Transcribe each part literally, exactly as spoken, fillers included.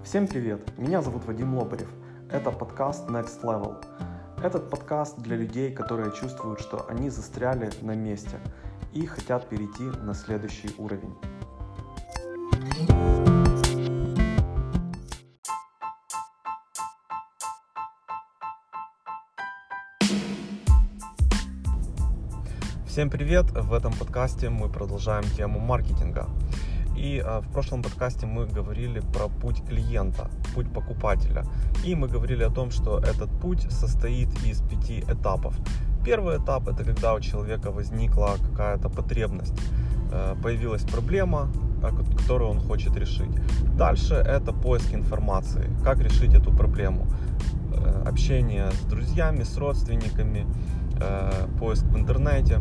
Всем привет! Меня зовут Вадим Лобарев. Это подкаст Next Level. Этот подкаст для людей, которые чувствуют, что они застряли на месте и хотят перейти на следующий уровень. Всем привет! В этом подкасте мы продолжаем тему маркетинга. И э, в прошлом подкасте мы говорили про путь клиента, путь покупателя. И мы говорили о том, что этот путь состоит из пяти этапов. Первый этап – это когда у человека возникла какая-то потребность, э, появилась проблема, которую он хочет решить. Дальше это поиск информации, как решить эту проблему. Э, общение с друзьями, с родственниками, э, поиск в интернете.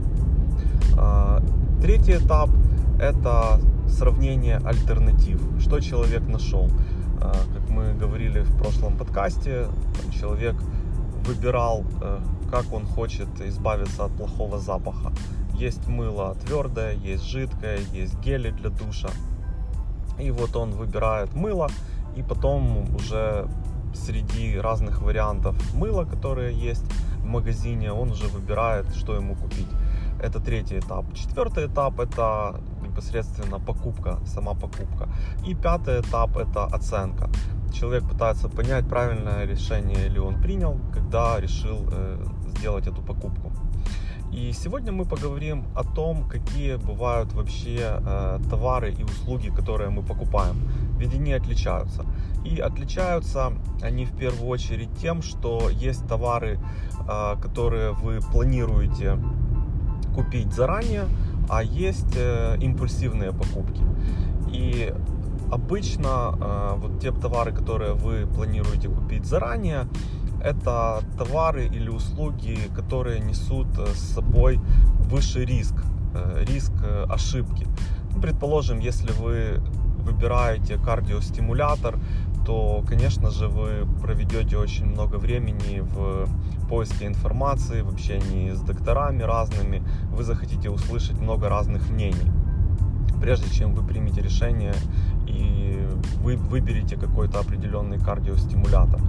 Э, третий этап – это сравнение альтернатив, что человек нашел. Как мы говорили в прошлом подкасте, человек выбирал, как он хочет избавиться от плохого запаха. Есть мыло твердое, есть жидкое, есть гели для душа. И вот он выбирает мыло, и потом уже среди разных вариантов мыла, которые есть в магазине, он уже выбирает, что ему купить. Это третий этап. Четвертый этап – это непосредственно покупка, сама покупка. И пятый этап – это оценка. Человек пытается понять, правильное решение ли он принял, когда решил э, сделать эту покупку. И сегодня мы поговорим о том, какие бывают вообще э, товары и услуги, которые мы покупаем. Ведь они отличаются. И отличаются они в первую очередь тем, что есть товары, э, которые вы планируете купить заранее, а есть э, импульсивные покупки. И обычно э, вот те товары, которые вы планируете купить заранее, это товары или услуги, которые несут с собой высший риск, э, риск э, ошибки. Предположим, если вы выбираете кардиостимулятор, то, конечно же, вы проведете очень много времени в поиске информации, в общении с докторами разными. Вы захотите услышать много разных мнений, прежде чем вы примете решение и вы выберете какой-то определенный кардиостимулятор.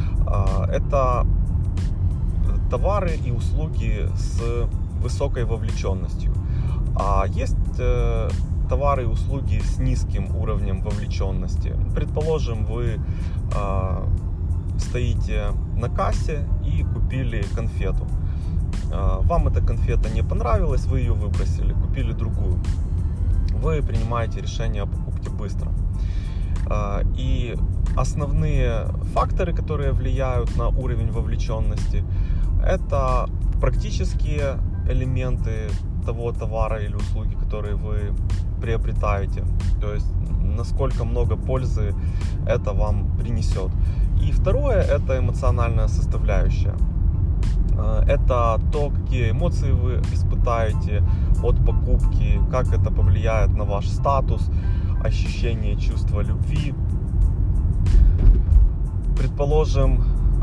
Это товары и услуги с высокой вовлеченностью. А есть товары и услуги с низким уровнем вовлеченности. Предположим, вы э, стоите на кассе и купили конфету. Э, вам эта конфета не понравилась, вы ее выбросили, купили другую. Вы принимаете решение о покупке быстро. Э, и основные факторы, которые влияют на уровень вовлеченности, это практические элементы того товара или услуги, которые вы приобретаете, то есть насколько много пользы это вам принесет. И второе – это эмоциональная составляющая. Это то, какие эмоции вы испытаете от покупки, как это повлияет на ваш статус, ощущение чувства любви. Предположим,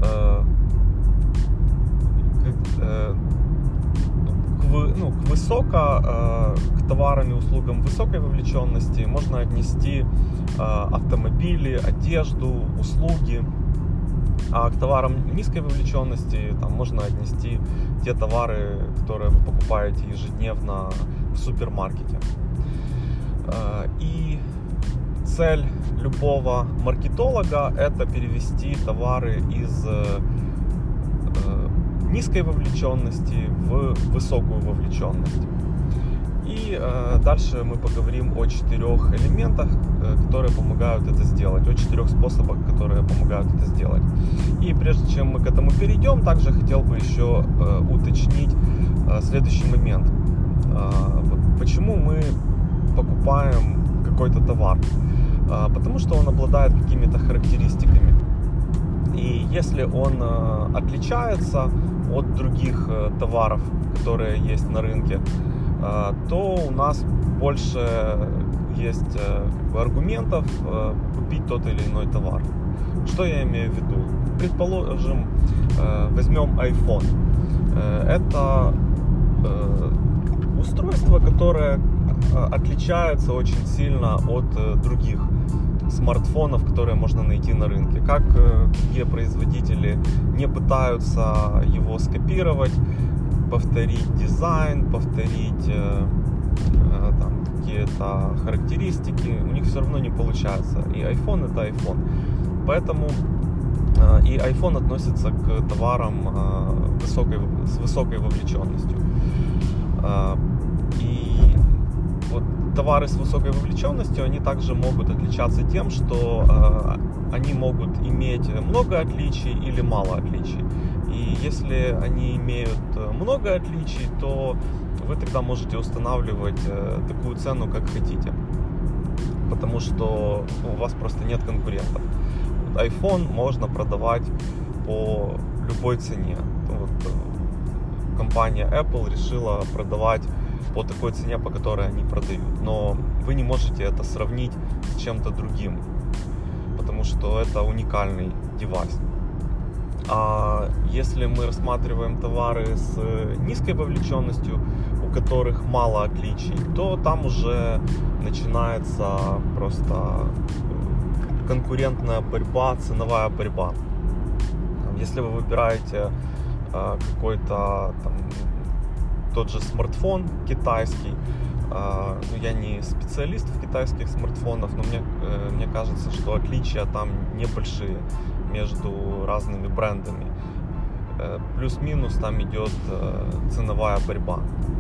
Ну, к высоко, э, к товарам и услугам высокой вовлеченности можно отнести э, автомобили, одежду, услуги, а к товарам низкой вовлеченности там, можно отнести те товары, которые вы покупаете ежедневно в супермаркете. Э, и цель любого маркетолога – это перевести товары из э, низкой вовлеченности в высокую вовлеченность. И э, дальше мы поговорим о четырех элементах, э, которые помогают это сделать, о четырех способах, которые помогают это сделать. И прежде чем мы к этому перейдем, также хотел бы еще э, уточнить э, следующий момент. Э, вот почему мы покупаем какой-то товар? Э, потому что он обладает какими-то характеристиками. И если он э, отличается от других э, товаров, которые есть на рынке, э, то у нас больше есть э, как бы аргументов э, купить тот или иной товар. Что я имею в виду? Предположим, э, возьмем iPhone. Э, это э, устройство, которое отличается очень сильно от э, других смартфонов, которые можно найти на рынке. Как другие производители не пытаются его скопировать, повторить дизайн, повторить там какие-то характеристики, у них все равно не получается. И iPhone — это iPhone. Поэтому и iPhone относится к товарам высокой, с высокой вовлеченностью. И вот товары с высокой вовлеченностью, они также могут отличаться тем, что они могут иметь много отличий или мало отличий. И если они имеют много отличий, то вы тогда можете устанавливать такую цену, как хотите, потому что ну, у вас просто нет конкурентов. iPhone можно продавать по любой цене. Вот, компания Apple решила продавать по такой цене, по которой они продают. Но вы не можете это сравнить с чем-то другим, потому что это уникальный девайс. А если мы рассматриваем товары с низкой вовлеченностью, у которых мало отличий, то там уже начинается просто конкурентная борьба, ценовая борьба. Если вы выбираете э, какой-то там, тот же смартфон китайский, э, ну, я не специалист в китайских смартфонах, но мне, э, мне кажется, что отличия там небольшие между разными брендами. Э, плюс-минус там идет э, ценовая борьба.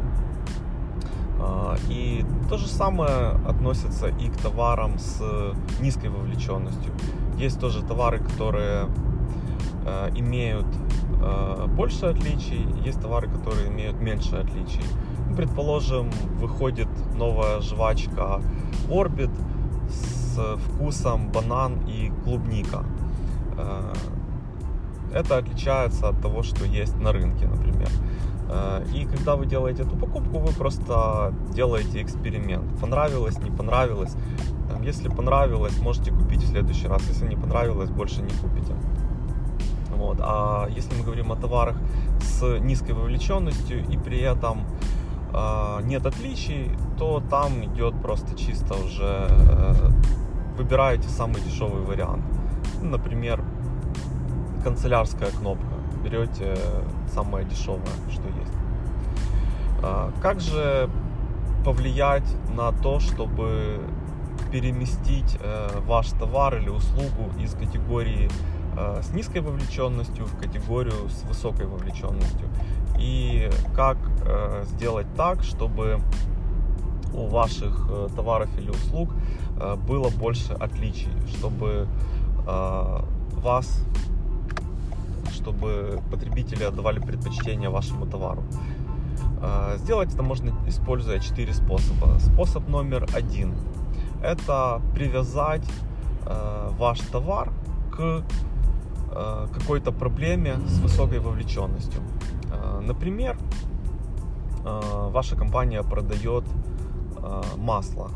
И то же самое относится и к товарам с низкой вовлеченностью. Есть тоже товары, которые э, имеют э, больше отличий, есть товары, которые имеют меньше отличий. Ну, предположим, выходит новая жвачка Orbit с вкусом банан и клубника. Э, это отличается от того, что есть на рынке, например. И когда вы делаете эту покупку, вы просто делаете эксперимент. Понравилось, не понравилось. Если понравилось, можете купить в следующий раз. Если не понравилось, больше не купите. Вот. А если мы говорим о товарах с низкой вовлеченностью и при этом э, нет отличий, то там идет просто чисто уже э, выбираете самый дешевый вариант. Например, канцелярская кнопка. Берете самое дешевое, что есть. Как же повлиять на то, чтобы переместить ваш товар или услугу из категории с низкой вовлеченностью в категорию с высокой вовлеченностью? И как сделать так, чтобы у ваших товаров или услуг было больше отличий, чтобы вас чтобы потребители отдавали предпочтение вашему товару. Сделать это можно, используя четыре способа. Способ номер один – это привязать ваш товар к какой-то проблеме с высокой вовлеченностью. Например, ваша компания продает масло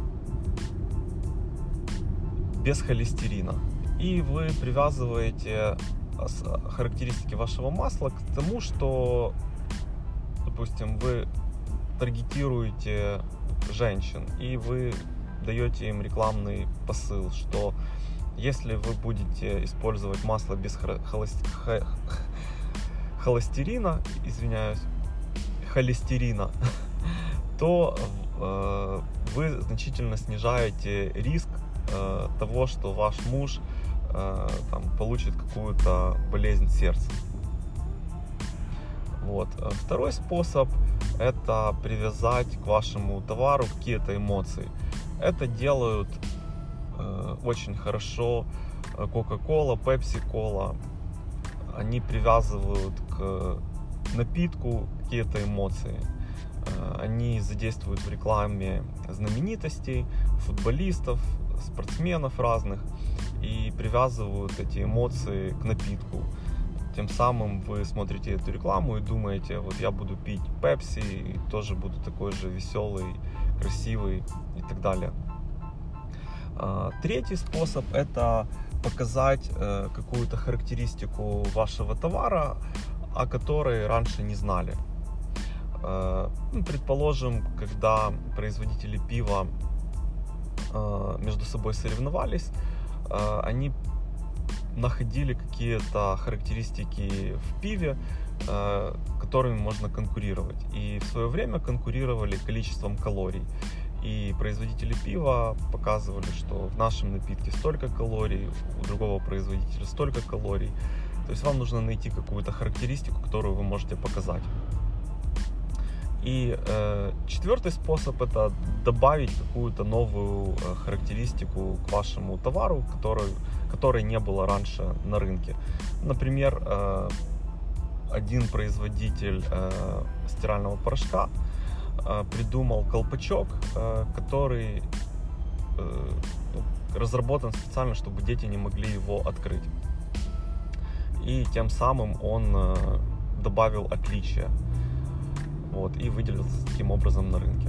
без холестерина, и вы привязываете характеристики вашего масла к тому, что, допустим, вы таргетируете женщин, и вы даете им рекламный посыл, что если вы будете использовать масло без холестерина, извиняюсь, холестерина, то э, вы значительно снижаете риск э, того, что ваш муж там, получит какую-то болезнь сердца. Вот. Второй способ – это привязать к вашему товару какие-то эмоции. Это делают э, очень хорошо Coca-Cola, Pepsi-Cola. Они привязывают к напитку какие-то эмоции. Э, они задействуют в рекламе знаменитостей, футболистов, спортсменов разных и привязывают эти эмоции к напитку. Тем самым вы смотрите эту рекламу и думаете, вот я буду пить Пепси и тоже буду такой же веселый, красивый и так далее. Третий способ – это показать какую-то характеристику вашего товара, о которой раньше не знали. Ну, предположим, когда производители пива между собой соревновались, они находили какие-то характеристики в пиве, которыми можно конкурировать. И в свое время конкурировали количеством калорий. И производители пива показывали, что в нашем напитке столько калорий, у другого производителя столько калорий. То есть вам нужно найти какую-то характеристику, которую вы можете показать. И э, четвертый способ — это добавить какую-то новую э, характеристику к вашему товару, которой, которой не было раньше на рынке. Например, э, один производитель э, стирального порошка э, придумал колпачок, э, который э, разработан специально, чтобы дети не могли его открыть. И тем самым он э, добавил отличия. Вот, и выделился таким образом на рынке.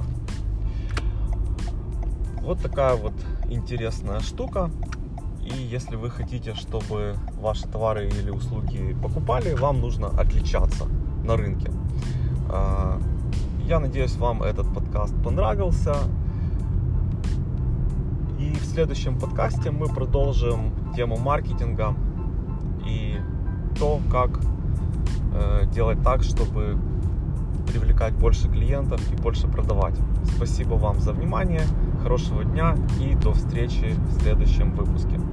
Вот такая вот интересная штука. И если вы хотите, чтобы ваши товары или услуги покупали, вам нужно отличаться на рынке. Я надеюсь, вам этот подкаст понравился. И в следующем подкасте мы продолжим тему маркетинга и то, как делать так, чтобы привлекать больше клиентов и больше продавать. Спасибо вам за внимание, хорошего дня и до встречи в следующем выпуске.